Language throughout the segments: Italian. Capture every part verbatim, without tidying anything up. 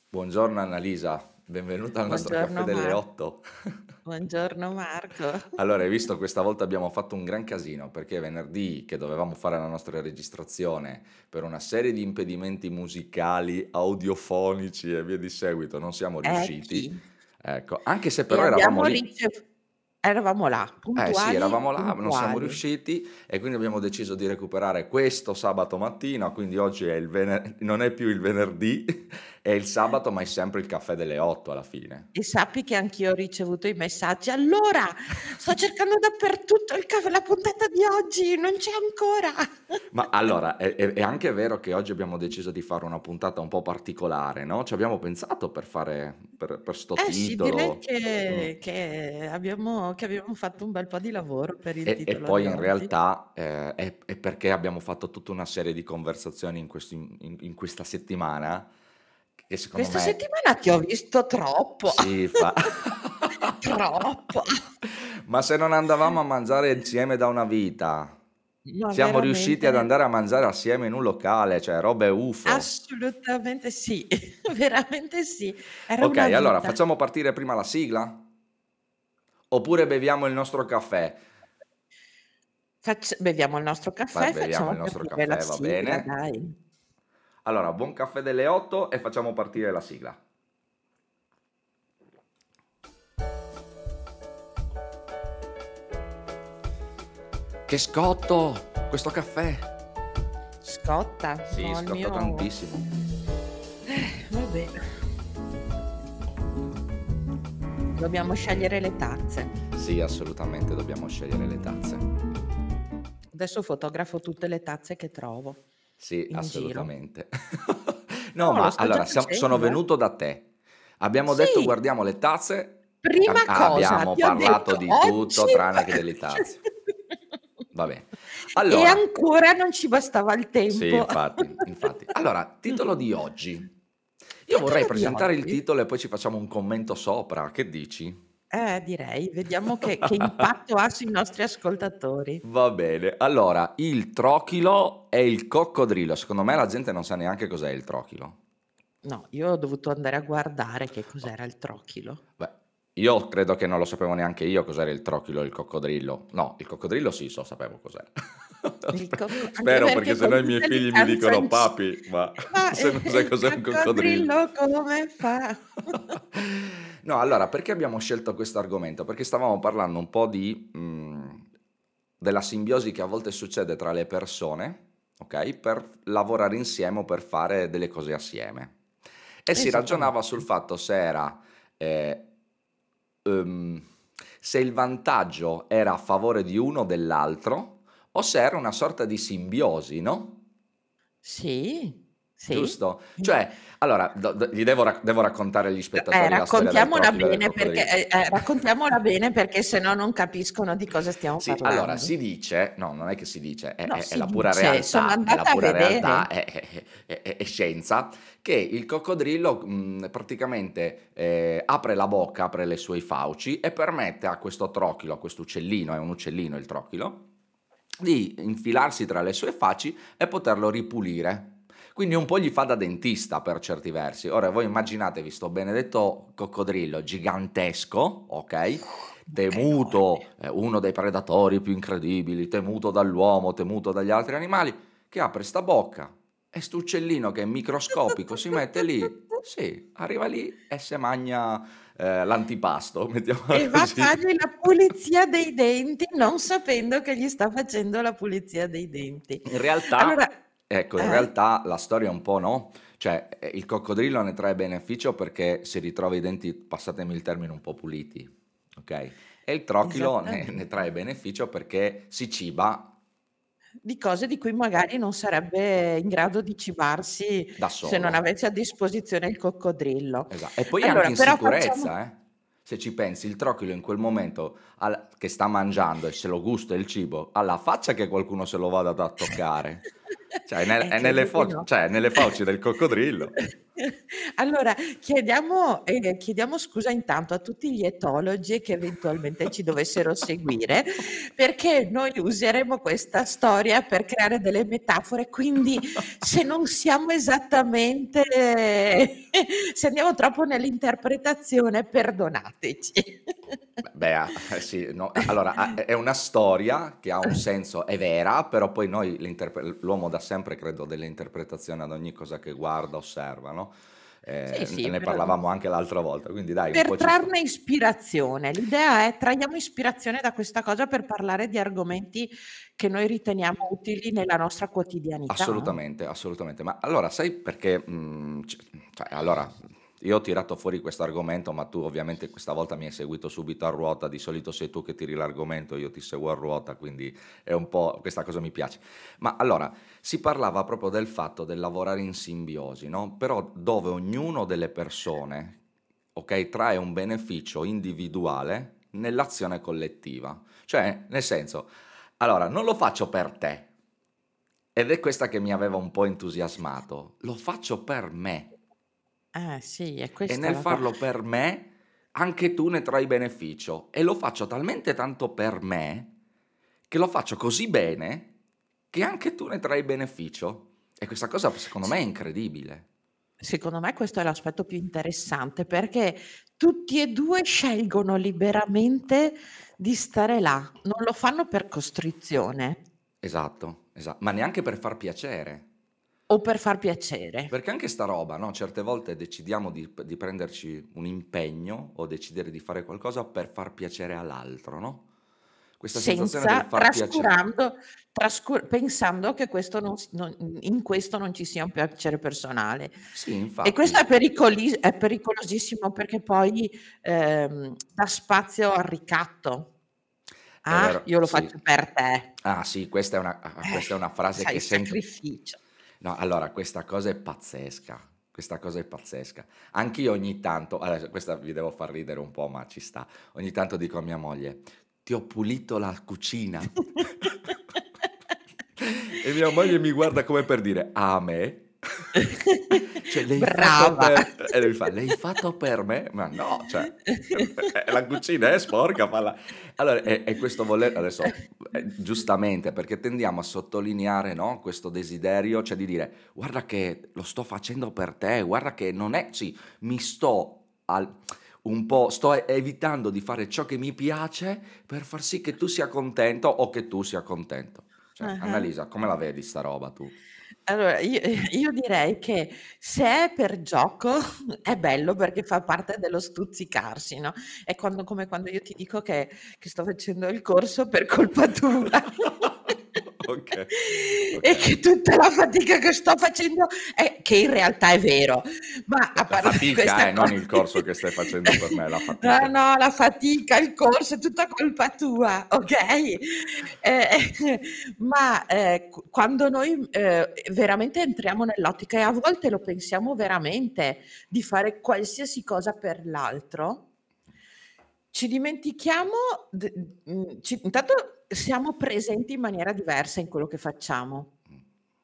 Buongiorno Annalisa, benvenuta al nostro caffè Buongiorno delle Mar otto. buongiorno Marco. Allora, hai visto, questa volta abbiamo fatto un gran casino perché venerdì che dovevamo fare la nostra registrazione per una serie di impedimenti musicali, audiofonici e via di seguito non siamo Eh riusciti. sì, Ecco, anche se e però eravamo abbiamo lì. ricev eravamo là, Eh sì, puntuali, eravamo là, non siamo puntuali. riusciti e quindi abbiamo deciso di recuperare questo sabato mattina, quindi oggi è il vene- non è più il venerdì, è il sabato, ma è sempre il caffè delle otto alla fine. E sappi che anch'io ho ricevuto i messaggi: "Allora, sto cercando dappertutto il cav la puntata di oggi, non c'è ancora." Ma allora, è, è- è anche vero che oggi abbiamo deciso di fare una puntata un po' particolare, no? Ci abbiamo pensato per fare, per, per sto Eh sì, direi titolo. Mm. che che abbiamo che abbiamo fatto un bel po' di lavoro per il E, e titolo poi di in oggi. realtà eh, è, è perché abbiamo fatto tutta una serie di conversazioni in, questo- in- in questa settimana che secondo Questa me settimana ti ho visto troppo. si fa. Troppo. Ma se non andavamo a mangiare insieme da una vita, Ma siamo riusciti ad veramente andare a mangiare assieme in un locale, cioè robe U F O. assolutamente sì, veramente sì. Era Ok, una allora vita. facciamo partire prima la sigla? Oppure beviamo il nostro caffè? Facc beviamo il nostro Vai, caffè e beviamo facciamo il nostro partire la caffè, va sigla, bene. dai. Allora, buon caffè delle otto e facciamo partire la sigla. Che scotto! Questo caffè! Scotta? Sì, No, il scotta mio tantissimo. eh, vabbè. Dobbiamo scegliere le tazze. Sì, assolutamente dobbiamo scegliere le tazze. Adesso fotografo tutte le tazze che trovo Sì, in giro. assolutamente. No, No, lo ma sto già allora siamo- sono facendo, eh. venuto da te. Abbiamo detto Sì, guardiamo le tazze, prima ab- cosa abbiamo ti ho parlato detto di oggi tutto tranne fa che delle tazze. Va bene. e Allora, ancora non ci bastava il sì, tempo. infatti, infatti. Allora, titolo di oggi. Io vorrei Titolo di presentare il oggi? titolo e poi ci facciamo un commento sopra. Che dici? Eh, direi. Vediamo che che impatto ha sui nostri ascoltatori. Va bene. Allora, il trochilo e il coccodrillo. Secondo me la gente non sa neanche cos'è il trochilo. No, io ho dovuto andare a guardare che Oh, cos'era il trochilo. beh, io credo che non lo sapevo neanche io cos'era il trochilo e il coccodrillo. No, il coccodrillo sì, so, sapevo cos'era. Il Spe- cocco anche Spero perché perché sennò con i miei tutte le figli mi dicono canzonci papi, ma ma, se e non e sai il cos'è un coccodrillo. coccodrillo come fa? No, allora, perché abbiamo scelto questo argomento? Perché stavamo parlando un po' di, mh, della simbiosi che a volte succede tra le persone, ok? Per lavorare insieme o per fare delle cose assieme. E si ragionava sul Esattamente. fatto se era, eh, ehm, se il vantaggio era a favore di uno o dell'altro o se era una sorta di simbiosi, no? Sì, sì. Giusto? Mh. Cioè, allora, do- do- gli devo, rac- devo raccontare agli Eh, spettatori la storia del raccontiamola trochilo e del bene perché coccodrillo. eh, eh, raccontiamola bene perché se no non capiscono di cosa stiamo Sì, allora parlando. si dice, no, non è che si dice, è, No, è- è si la pura dice, sono realtà, è la andata a pura realtà, vedere. è, è- è- è- è scienza, che il coccodrillo mh, praticamente eh, apre la bocca, apre le sue fauci e permette a questo trochilo, a questo uccellino, è un uccellino il trochilo, di infilarsi tra le sue faci e poterlo ripulire. Quindi un po' gli fa da dentista per certi versi. Ora voi immaginatevi sto benedetto coccodrillo gigantesco, ok? Che enorme. Temuto, eh, uno dei predatori più incredibili, temuto dall'uomo, temuto dagli altri animali, che apre sta bocca e sto uccellino che è microscopico si mette lì, sì, arriva lì e se magna eh, l'antipasto, mettiamola E va a così. fargli la pulizia dei denti, non sapendo che gli sta facendo la pulizia dei denti. In Allora realtà, ecco, in eh? realtà la storia è un po' no, cioè eh, il coccodrillo ne trae beneficio perché si ritrova i denti, passatemi il termine, un po' puliti, ok? E il trochilo ne, ne Esattamente. trae beneficio perché si ciba Di cose di cui magari non sarebbe in grado di cibarsi da se non solo. avesse a disposizione il coccodrillo. Esa e poi anche Allora in però facciamo sicurezza, eh. Se ci pensi, il trochilo in quel momento al che sta mangiando e se lo gusta il cibo, ha la faccia che qualcuno se lo vada a toccare. Cioè è nel Eh, è nelle credo di foc no. cioè è nelle fauci del coccodrillo. Allora chiediamo ehm, chiediamo scusa intanto a tutti gli etologi che eventualmente ci dovessero seguire, perché noi useremo questa storia per creare delle metafore, quindi se non siamo esattamente se andiamo troppo nell'interpretazione perdonateci. Beh beh, a eh sì, no, a allora a è è una storia che ha un senso, è vera, però poi noi l'interpre l l'uomo dà sempre credo delle interpretazioni ad ogni cosa che guarda, osserva, no, Sì, ehm, n sì, ne per parlavamo anche l'altra volta, quindi dai un per po' ci sta. trarne ispirazione. L'idea è: traiamo ispirazione da questa cosa per parlare di argomenti che noi riteniamo utili nella nostra quotidianità. Assolutamente, assolutamente. Ma allora sai perché, mhmm, c cioè allora, io ho tirato fuori questo argomento, ma tu ovviamente questa volta mi hai seguito subito a ruota, di solito sei tu che tiri l'argomento, io ti seguo a ruota, quindi è un po' questa cosa mi piace. Ma allora, si parlava proprio del fatto del lavorare in simbiosi, no, però dove ognuno delle persone, okay, trae un beneficio individuale nell'azione collettiva. Cioè, nel senso, allora non lo faccio per te. Ed è questa che mi aveva un po' entusiasmato. Lo faccio per me Eh sì, è e questa nel la co farlo per me anche tu ne trai beneficio e lo faccio talmente tanto per me che lo faccio così bene che anche tu ne trai beneficio e questa cosa p secondo s me è incredibile. secondo me questo è l'aspetto più interessante, perché tutti e due scelgono liberamente di stare là, non lo fanno per costrizione Esatto, esa ma neanche per far piacere. o per far piacere. Perché anche sta roba, no, certe volte decidiamo di p di prenderci un impegno o decidere di fare qualcosa per far piacere all'altro, no, questa sensazione del Senza far piace trascurando trascu pensando che questo non s non in questo non ci sia un piacere personale. sì, E questo infatti. è pericoli è pericolosissimo perché poi, ehm, dà spazio al ricatto. È "Ah, vero, io lo sì. faccio per te." Ah sì, questa è una ah, Eh, questa è una frase sai, che sento sacrificio. no, allora questa cosa è pazzesca, questa cosa è pazzesca. Anch'io ogni tanto adesso questa vi devo far ridere un po', ma ci sta. Ogni tanto dico a mia moglie: "Ti ho pulito la cucina?" E mia moglie mi guarda come per dire: "A me?" Cioè, "L'hai fatto Brava. per" e lei mi fa: "L'hai fatto per me?" Ma no, cioè, eh, la cucina è sporca, falla allora è è questo voler adesso, ehm, giustamente, perché tendiamo a sottolineare, no, questo desiderio, cioè di dire: "Guarda che lo sto facendo per te, guarda che non è" sì, mi sto al un po' sto e evitando di fare ciò che mi piace per far sì che tu sia contento o che tu sia contento. Cioè, Ah-ah. Annalisa, come la vedi sta roba tu? Allora io io direi che se è per gioco è bello perché fa parte dello stuzzicarsi, no, è quando come quando io ti dico che che sto facendo il corso per colpa tua. Okay, E okay. che tutta la fatica che sto facendo è che in realtà è vero, ma Beh, a la parte fatica questa eh, co non il corso che stai facendo per me, la no, fatica. no, la fatica, il corso è tutta colpa tua, okay? Ehm, ma, ehm, q quando noi, ehm, veramente entriamo nell'ottica e a volte lo pensiamo veramente, di fare qualsiasi cosa per l'altro ci dimentichiamo d mhmm, ci intanto siamo presenti in maniera diversa in quello che facciamo. Mh.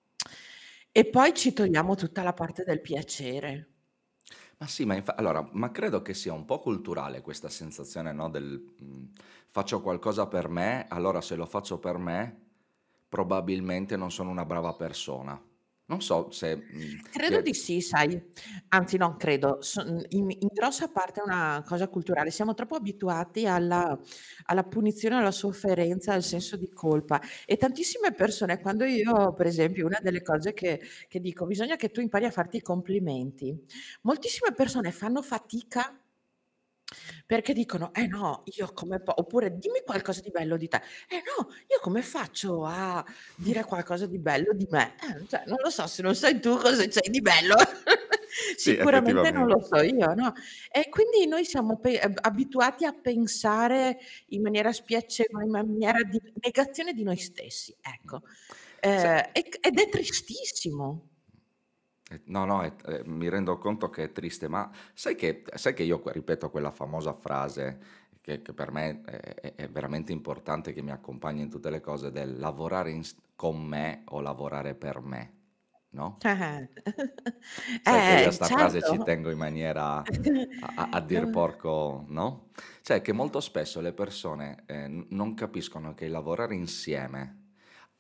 E poi ci togliamo tutta la parte del piacere. Ma sì, ma infa allora, ma credo che sia un po' culturale questa sensazione, no, del, mhmm, faccio qualcosa per me, allora se lo faccio per me, probabilmente non sono una brava persona. Non so se, mhmm, ti Credo è di sì, sai, anzi non credo, son in in grossa parte è una cosa culturale. Siamo troppo abituati alla alla punizione, alla sofferenza, al senso di colpa e tantissime persone quando io per esempio una delle cose che che dico: "Bisogna che tu impari a farti i complimenti." Moltissime persone fanno fatica perché dicono: "Eh no, io come po" oppure: "Dimmi qualcosa di bello di te." "Eh no, io come faccio a dire qualcosa di bello di me?" Eh, cioè non lo so, se non sai tu cosa c'hai di bello, sì, sicuramente non lo effettivamente. so io, no, e quindi noi siamo pe ab abituati a pensare in maniera spiacevole, in maniera di negazione di noi stessi, Mh. ecco. Se Ehm, e c ed è tristissimo. Eh, no, no, è ehm, mi rendo conto che è triste, ma sai che sai che io que ripeto quella famosa frase che che per me è è è veramente importante, che mi accompagna in tutte le cose, del lavorare ins con me o lavorare per me, no, Eh-eh. sai che io a Eh, 'sta frase ci certo. tengo in maniera a a a dir porco, no, cioè che molto spesso le persone, ehm, n non capiscono che il lavorare insieme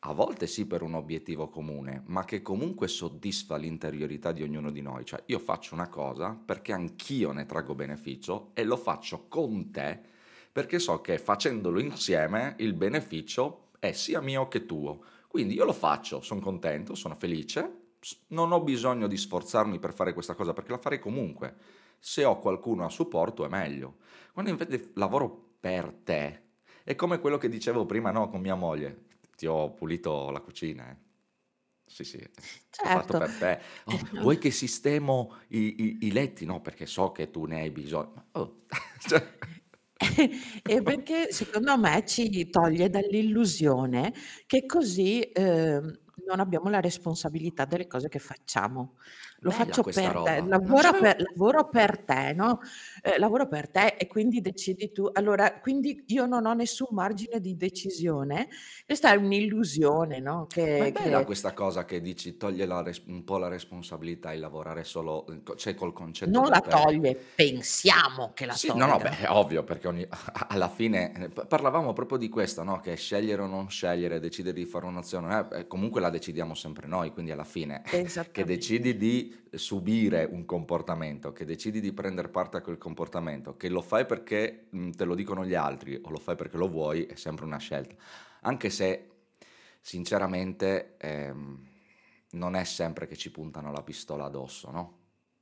a volte sì per un obiettivo comune, ma che comunque soddisfa l'interiorità di ognuno di noi. Cioè io faccio una cosa perché anch'io ne traggo beneficio e lo faccio con te perché so che facendolo insieme il beneficio è sia mio che tuo. Quindi io lo faccio, sono contento, sono felice, s- non ho bisogno di sforzarmi per fare questa cosa perché la farei comunque. Se ho qualcuno a supporto è meglio. Quando invece lavoro per te, è come quello che dicevo prima, no, con mia moglie. Ti ho pulito la cucina, eh. Sì, sì, l'ho fatto Certo. per te. Eh, "Oh, vuoi che sistemo i, i- i letti? No, perché so che tu ne hai bisogno. Ma, oh, cioè, E perché secondo me ci toglie dall'illusione che così, ehm, non abbiamo la responsabilità delle cose che facciamo. Lo bella faccio questa per te, roba. Non ci lavoro per avevo... lavoro per te, no, ehm, lavoro per te e quindi decidi tu. Allora, quindi io non ho nessun margine di decisione. Questa è un'illusione, no, Ma è che bella che questa cosa che dici, toglie la res- un po' la responsabilità il lavorare solo, cioè col concetto non del la per. toglie, pensiamo che la Sì, no, no, beh, tolga. è ovvio, perché ogni- alla fine eh, p- parlavamo proprio di questo, no? Che scegliere o non scegliere, decidere di fare un'azione, eh, eh, comunque la decidiamo sempre noi, quindi alla fine che decidi Esattamente. di subire un comportamento, che decidi di prendere parte a quel comportamento, che lo fai perché mh, te lo dicono gli altri o lo fai perché lo vuoi, è sempre una scelta. Anche se, sinceramente, ehm, non è sempre che ci puntano la pistola addosso, no?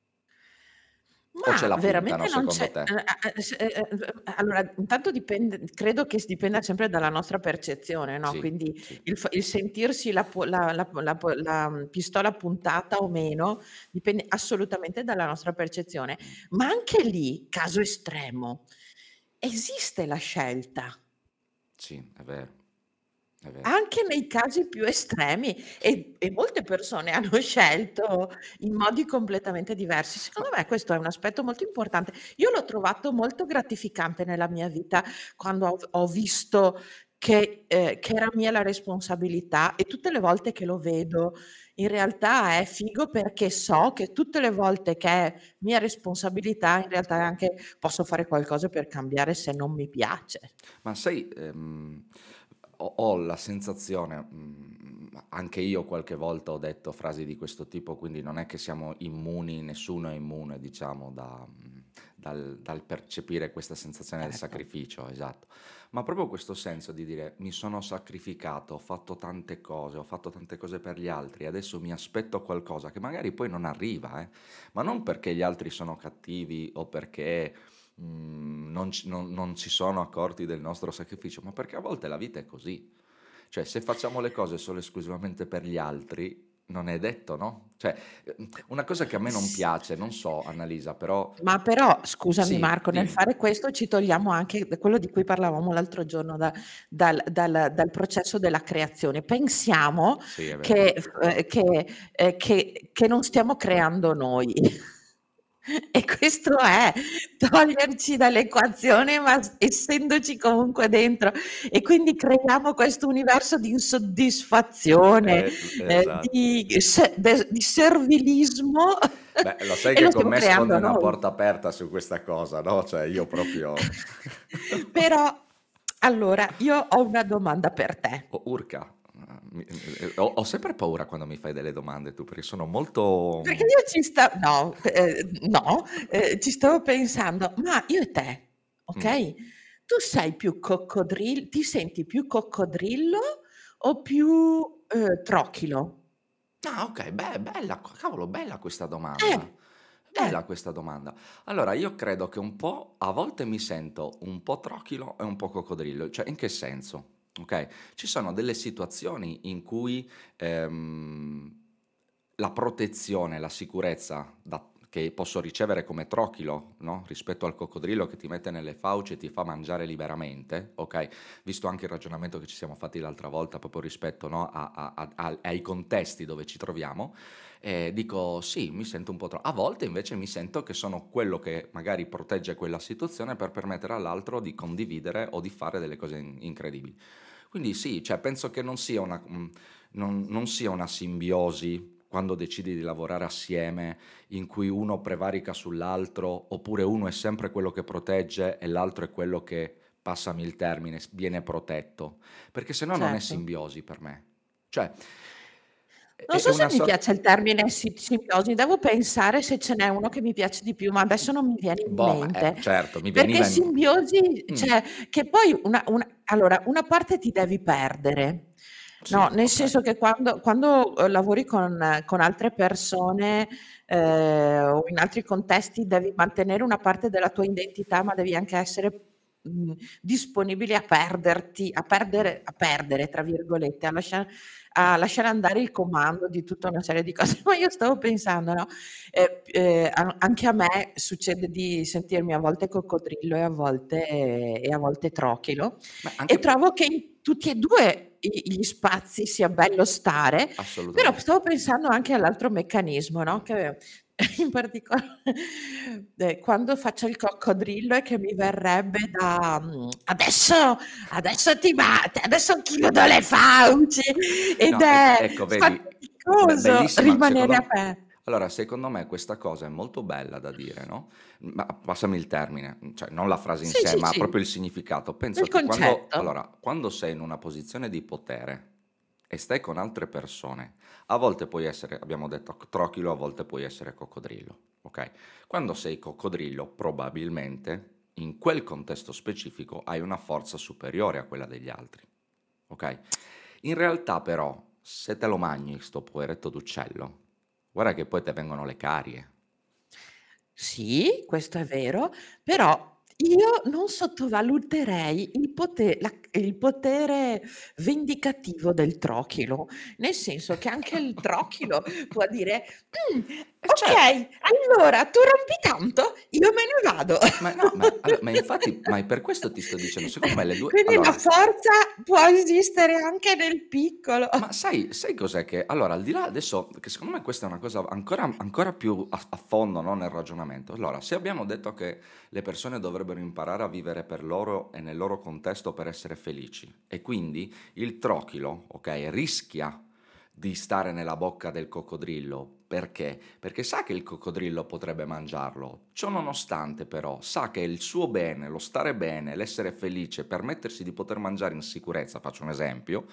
O ce Ma la puntano, veramente non secondo c'è te? ehm, a a s ehm, ehm, allora intanto dipende, credo che s dipenda sempre dalla nostra percezione, no, Sì, quindi sì. il f il sentirsi la pu la la la pu la, mhmm, pistola puntata o meno, dipende assolutamente dalla nostra percezione. Mh. Ma anche lì, caso estremo, esiste la scelta. Sì, è vero, è vero. Anche nei casi più estremi e e molte persone hanno scelto in modi completamente diversi. Ma Secondo me questo è un aspetto molto importante. Io l'ho trovato molto gratificante nella mia vita quando ho v ho visto che ehm, che era mia la responsabilità e tutte le volte che lo vedo in realtà è figo perché so che tutte le volte che è mia responsabilità in realtà anche posso fare qualcosa per cambiare se non mi piace. ma sai, ehm, ho ho la sensazione, mhmm, anche io qualche volta ho detto frasi di questo tipo, quindi non è che siamo immuni, nessuno è immune diciamo da mhmm, dal dal percepire questa sensazione del Certo. sacrificio, esatto. Ma proprio questo senso di dire: "Mi sono sacrificato, ho fatto tante cose, ho fatto tante cose per gli altri, adesso mi aspetto qualcosa", che magari poi non arriva, eh, ma non perché gli altri sono cattivi o perché mhmm, non ci non non si sono accorti del nostro sacrificio, ma perché a volte la vita è così. Cioè, se facciamo le cose solo e esclusivamente per gli altri, non è detto, no, cioè, uhm, una cosa che a me non S piace, non so Annalisa, però Ma però scusami sì, Marco, nel dimmi. fare questo ci togliamo anche da quello di cui parlavamo l'altro giorno, da dal dal dal processo della creazione. Pensiamo Sì, è vero. che f ehm, che ehm, che che non stiamo creando noi. E questo è toglierci dall'equazione, ma s essendoci comunque dentro. E quindi creiamo questo universo di insoddisfazione, Eh, l ehm, esatto. di se de di servilismo Beh, lo sai e che lo con stiamo me sfondi creando una noi. porta aperta su questa cosa, no, cioè io proprio Però, allora, io ho una domanda per te. o urca. Ah, mi ehm, ho ho sempre paura quando mi fai delle domande tu, perché sono molto, Perché mhmm io ci sta no, ehm, no, ehm, ci stavo pensando, ma io e te, mh. okay, tu sei più coccodril ti senti più coccodrillo o più, ehm, trochilo? Ah, okay, beh, bella, c cavolo, bella questa Eh, domanda. eh, Bella questa domanda. Allora, io credo che un po' a volte mi sento un po' trochilo e un po' coccodrillo, cioè in che senso? Okay, ci sono delle situazioni in cui, ehm, la protezione, la sicurezza da che posso ricevere come trochilo, no, rispetto al coccodrillo che ti mette nelle fauci e ti fa mangiare liberamente, okay, visto anche il ragionamento che ci siamo fatti l'altra volta proprio rispetto, no, a a a al ai contesti dove ci troviamo, ehm, dico: "Sì, mi sento un po' tro", a volte invece mi sento che sono quello che magari protegge quella situazione per permettere all'altro di condividere o di fare delle cose in incredibili. Quindi sì, cioè penso che non sia una mhmm, non non sia una simbiosi quando decidi di lavorare assieme, in cui uno prevarica sull'altro, oppure uno è sempre quello che protegge e l'altro è quello che, passami il termine, s viene protetto, perché se no non è certo. simbiosi per me. Cioè, è Non è so se una mi sor piace il termine si simbiosi, devo pensare se ce n'è uno che mi piace di più, ma adesso non mi viene in boh, ma eh, mente. certo, mi Perché veniva in simbiosi mh, cioè, che poi una una allora, una parte ti devi perdere, no, sì, nel okay. senso che quando quando, uhm, lavori con con altre persone, ehm, o in altri contesti devi mantenere una parte della tua identità, ma devi anche essere, mhmm, disponibili a perderti a perdere a "perdere" tra virgolette, a lascia a lasciare andare il comando di tutta una serie di cose. Ma io stavo pensando, no, ehm, ehm, a anche a me succede di sentirmi a volte coccodrillo e a volte e a volte trochilo, Ma e anche trovo che in tutti e due i gli spazi sia bello stare, però assolutamente. stavo pensando anche all'altro meccanismo, no, che in particolare ehm, quando faccio il coccodrillo e che mi verrebbe da, mhmm: "Adesso adesso ti ba adesso chiudo le fauci", ed No, ec è ecco vedi, be faticoso bellissima rimanere secondo m aper allora secondo me questa cosa è molto bella da dire, no, ma passami il termine, mhmm, cioè non la frase in sì, sé, sì, ma sì, proprio il significato. Penso il che quando concetto. allora, quando sei in una posizione di potere e stai con altre persone, a volte puoi essere abbiamo detto c trochilo, a volte puoi essere coccodrillo, okay? Quando sei coccodrillo, probabilmente, in quel contesto specifico, hai una forza superiore a quella degli altri. Okay? In realtà però, se te lo mangi 'sto poveretto d'uccello, guarda che poi te vengono le carie. Sì, questo è vero, però io non sottovaluterei il pote la il potere vendicativo del trochilo, nel senso che anche il trochilo può dire: "Mh, Eh certo, okay, allora tu rompi tanto, io me ne vado." ma no, ma allo ma infatti ma è per questo ti sto dicendo, secondo me le due Quindi la allora, forza può esistere anche nel piccolo. ma sai sai cos'è che allora al di là adesso che secondo me questa è una cosa ancora ancora più a a fondo, no, nel ragionamento. Allora, se abbiamo detto che le persone dovrebbero imparare a vivere per loro e nel loro contesto per essere felici e quindi il trochilo, okay, rischia di stare nella bocca del coccodrillo. Perché? Perché sa che il coccodrillo potrebbe mangiarlo. Ciò nonostante però sa che il suo bene, lo stare bene, l'essere felice, permettersi di poter mangiare in sicurezza, faccio un esempio,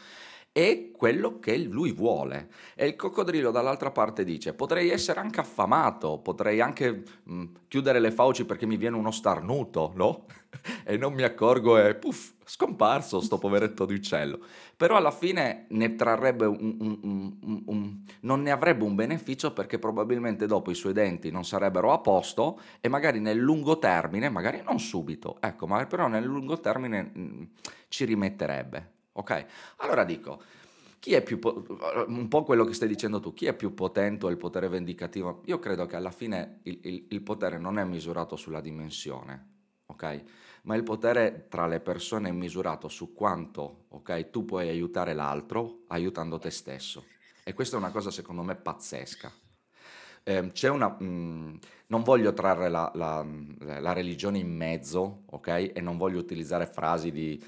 è quello che lui vuole. E il coccodrillo dall'altra parte dice: "Potrei essere anche affamato, potrei anche, mhmm, chiudere le fauci perché mi viene uno starnuto, no, e non mi accorgo e puff, scomparso 'sto poveretto di uccello." Però alla fine ne trarrebbe un un un un un non ne avrebbe un beneficio perché probabilmente dopo i suoi denti non sarebbero a posto e magari nel lungo termine, magari non subito, ecco, ma però nel lungo termine, mhmm, ci rimetterebbe, okay? Allora dico, chi è più po un po' quello che stai dicendo tu, chi è più potente o il potere vendicativo? Io credo che alla fine il il il potere non è misurato sulla dimensione, okay, ma il potere tra le persone è misurato su quanto, okay, tu puoi aiutare l'altro aiutando te stesso. E questa è una cosa secondo me pazzesca. Ehm, c'è una mhmm, non voglio trarre la la mhmm, la religione in mezzo, okay, e non voglio utilizzare frasi di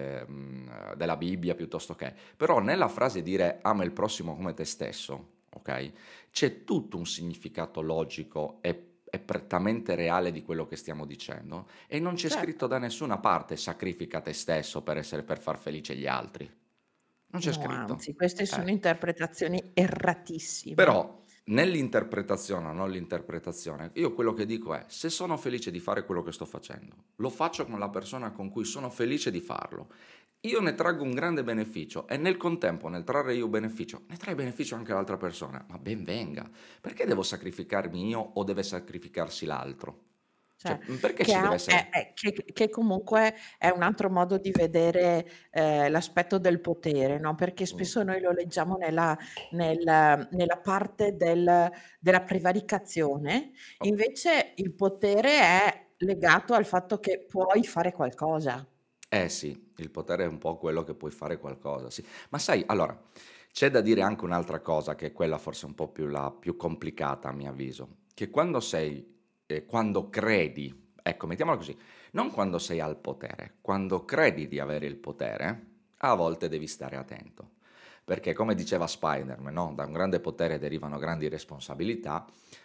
ehm, della Bibbia piuttosto che però nella frase dire: "Ama il prossimo come te stesso", okay, c'è tutto un significato logico e e prettamente reale di quello che stiamo dicendo e non c'è scritto Certo. da nessuna parte: "Sacrifica te stesso per essere per far felice gli altri." Non c'è No, scritto. anzi, queste sono Eh. interpretazioni erratissime. Però nell'interpretazione o non l'interpretazione, io quello che dico è: se sono felice di fare quello che sto facendo, lo faccio con la persona con cui sono felice di farlo. Io ne traggo un grande beneficio e nel contempo, nel trarre io beneficio, ne trae beneficio anche l'altra persona. Ma ben venga. Perché devo sacrificarmi io o deve sacrificarsi l'altro? Cioè, Cioè, mhmm, perché che ci ha deve è essere è che che comunque è un altro modo di vedere, ehm, l'aspetto del potere, no, perché mh, spesso noi lo leggiamo nella nel nella parte del della prevaricazione, o invece il potere è legato al fatto che puoi fare qualcosa. eh sì, il potere è un po' quello che puoi fare qualcosa, sì. Ma sai, allora, c'è da dire anche un'altra cosa, che è quella forse un po' più la più complicata a mio avviso, che quando sei ehm, quando credi ecco, mettiamola così, non quando sei al potere, quando credi di avere il potere, a volte devi stare attento. Perché come diceva Spider-Man, no, da un grande potere derivano grandi responsabilità,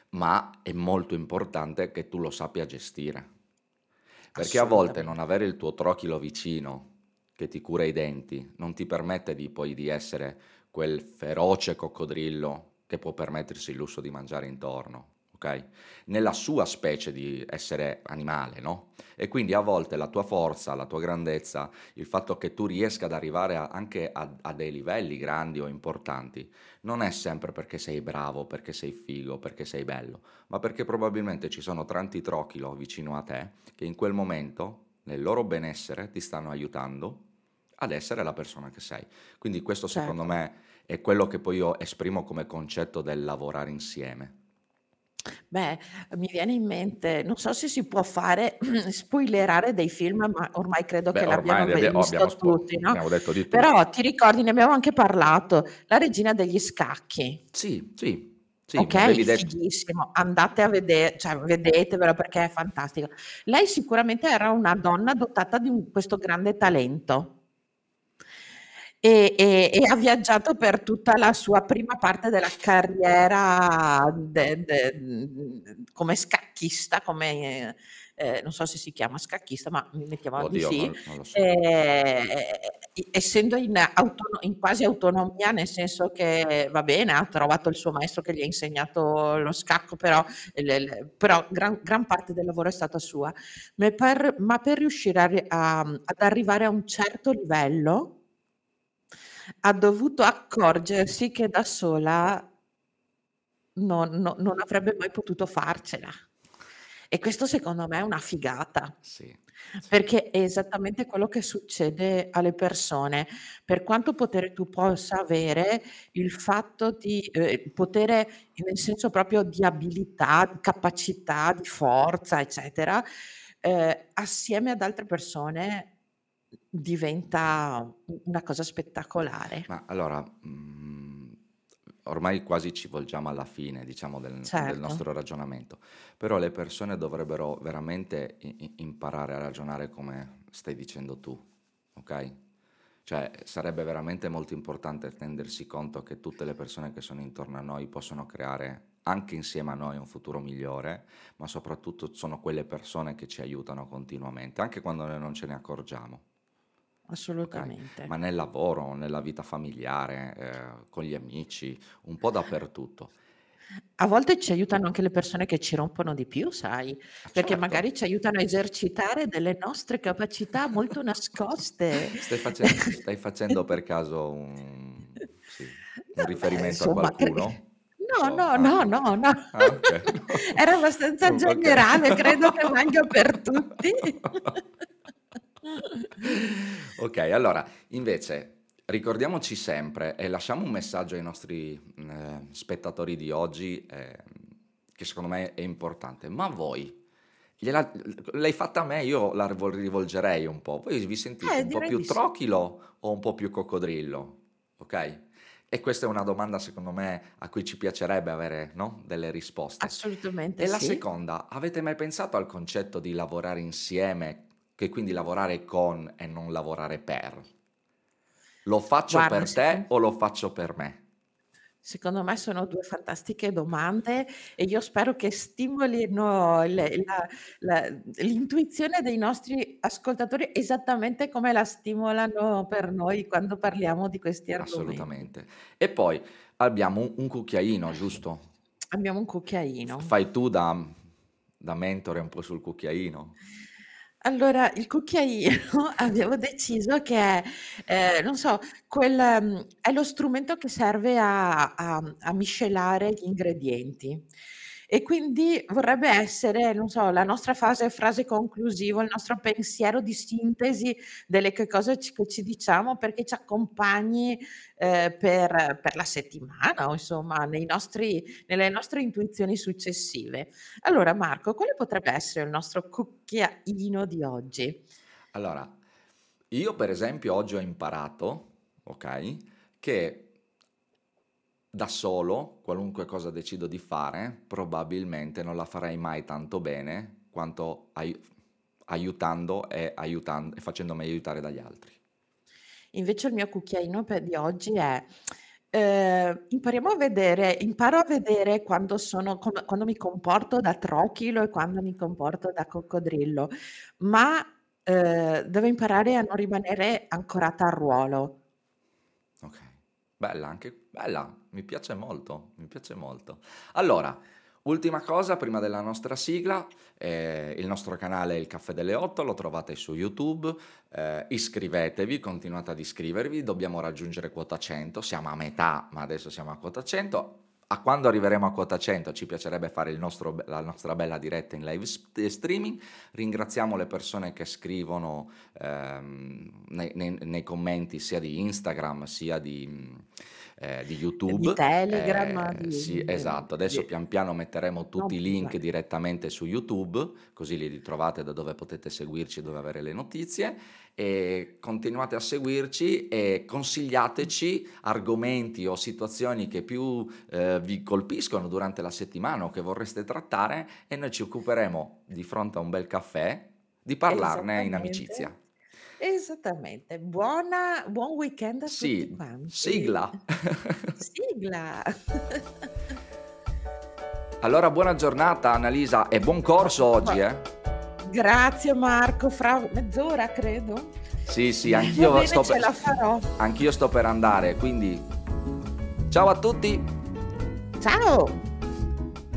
ma è molto importante che tu lo sappia gestire. Perché a volte non Assolutamente. avere il tuo trochilo vicino, che ti cura i denti, non ti permette di poi di essere quel feroce coccodrillo che può permettersi il lusso di mangiare intorno, ok? Nella sua specie di essere animale, no? E quindi a volte la tua forza, la tua grandezza, il fatto che tu riesca ad arrivare a- anche a, a dei livelli grandi o importanti, non è sempre perché sei bravo, perché sei figo, perché sei bello, ma perché probabilmente ci sono tanti trochilo vicino a te che in quel momento, nel loro benessere, ti stanno aiutando ad essere la persona che sei. Quindi questo secondo Certo. me è quello che poi io esprimo come concetto del lavorare insieme. Beh, mi viene in mente, non so se si può fare, spoilerare dei film, ma ormai credo Beh, che ormai l'abbiano ne ve abbia- oh, abbiamo, visto spo- tutti, no, abbiamo detto di tutto. però ti ricordi, ne abbiamo anche parlato, La regina degli scacchi. Sì, sì, sì, mi Okay, avevi detto. fighissimo, andate a vede cioè vedetevelo perché è fantastico. Lei sicuramente era una donna dotata di un questo grande talento. E e e ha viaggiato per tutta la sua prima parte della carriera de de mhmm, come scacchista, come ehm, non so se si chiama scacchista, ma mettiamo di Oddio, sì, non, non lo so. ehm, i essendo in autono in quasi autonomia, nel senso che va bene, ha trovato il suo maestro che gli ha insegnato lo scacco, però il il però gran gran parte del lavoro è stata sua. Me per ma per riuscire a ri a ad arrivare a un certo livello ha dovuto accorgersi che da sola non no non avrebbe mai potuto farcela. E questo secondo me è una figata, Sì, sì, perché è esattamente quello che succede alle persone. Per quanto potere tu possa avere, il fatto di ehm, potere nel senso proprio di abilità, di capacità, di forza, eccetera, ehm, assieme ad altre persone diventa u una cosa spettacolare. ma allora, mhmm, ormai quasi ci volgiamo alla fine, diciamo, del del Certo, nostro ragionamento, però le persone dovrebbero veramente i i imparare a ragionare come stai dicendo tu, okay? Cioè, sarebbe veramente molto importante rendersi conto che tutte le persone che sono intorno a noi possono creare, anche insieme a noi, un futuro migliore, ma soprattutto sono quelle persone che ci aiutano continuamente, anche quando noi non ce ne accorgiamo. Okay, assolutamente. ma nel lavoro, nella vita familiare, ehm, con gli amici, un po' dappertutto. A volte ci aiutano anche le persone che ci rompono di più, sai, Ah, perché certo. magari ci aiutano a esercitare delle nostre capacità molto nascoste. Stai face stai facendo per caso un sì, un No, beh, riferimento a insomma cre qualcuno? no, O no, ah, no, okay. no, no. Ah, okay. Era abbastanza Mh, okay. generale, credo che valga per tutti. Okay, allora invece ricordiamoci sempre e lasciamo un messaggio ai nostri, mhmm, spettatori di oggi, ehm, che secondo me è importante: ma voi gliela l'hai fatta a me, io la rivol rivolgerei un po'. Voi vi sentite Eh, un po' direi più di sì. trochilo o un po' più coccodrillo? Okay? E questa è una domanda secondo me a cui ci piacerebbe avere, no, delle risposte. Assolutamente E la sì. seconda, avete mai pensato al concetto di lavorare insieme, che quindi lavorare con e non lavorare per? Lo faccio Guarda, per te secon o lo faccio per me? secondo me sono due fantastiche domande e io spero che stimolino il la la l'intuizione dei nostri ascoltatori esattamente come la stimolano per noi quando parliamo di questi argomenti. Assolutamente. E poi abbiamo un un cucchiaino, giusto? Abbiamo un F cucchiaino. fai tu da da mentore un po' sul cucchiaino? Allora, il cucchiaino abbiamo deciso che è, ehm, non so, quel mhmm, è lo strumento che serve a a a miscelare gli ingredienti. E quindi vorrebbe essere, non so, la nostra fase frase conclusiva, il nostro pensiero di sintesi delle che cosa ci che ci diciamo perché ci accompagni, ehm, per per la settimana o insomma nei nostri nelle nostre intuizioni successive. Allora Marco, quale potrebbe essere il nostro cucchiaino di oggi? Allora, io per esempio oggi ho imparato, okay, che da solo, qualunque cosa decido di fare, probabilmente non la farei mai tanto bene quanto ai aiutando e aiutan e facendomi aiutare dagli altri. Invece il mio cucchiaino pe di oggi è, ehm, impariamo a vedere imparo a vedere quando sono come quando mi comporto da trochilo e quando mi comporto da coccodrillo, ma, ehm, devo imparare a non rimanere ancorata al ruolo. Okay. Bella anche, bella, mi piace molto, mi piace molto. Allora, ultima cosa prima della nostra sigla, eh, il nostro canale è il Caffè delle otto, lo trovate su YouTube, eh, iscrivetevi, continuate ad iscrivervi, dobbiamo raggiungere quota cento, siamo a metà, ma adesso siamo a quota cento. A quando arriveremo a quota cento ci piacerebbe fare il nostro, la nostra bella diretta in live sp- streaming. Ringraziamo le persone che scrivono ehm, nei, nei- nei commenti sia di Instagram sia di, eh, di Di YouTube. Telegram, Eh, di sì, esatto. Adesso di pian piano metteremo no, tutti i link vai. direttamente su YouTube, così li ritrovate da dove potete seguirci e dove avere le notizie. E continuate a seguirci e consigliateci argomenti o situazioni che più eh, vi colpiscono durante la settimana o che vorreste trattare e noi ci occuperemo di fronte a un bel caffè di parlarne in amicizia. Esattamente, esattamente. Buona buon weekend a tutti Sì, quanti. sigla. Sigla. Allora buona giornata Annalisa e buon corso oggi, eh? Grazie Marco, fra mezz'ora credo. Sì, sì, Va anch'io bene, sto ce per, la farò. anch'io sto per andare, quindi ciao a tutti! Ciao.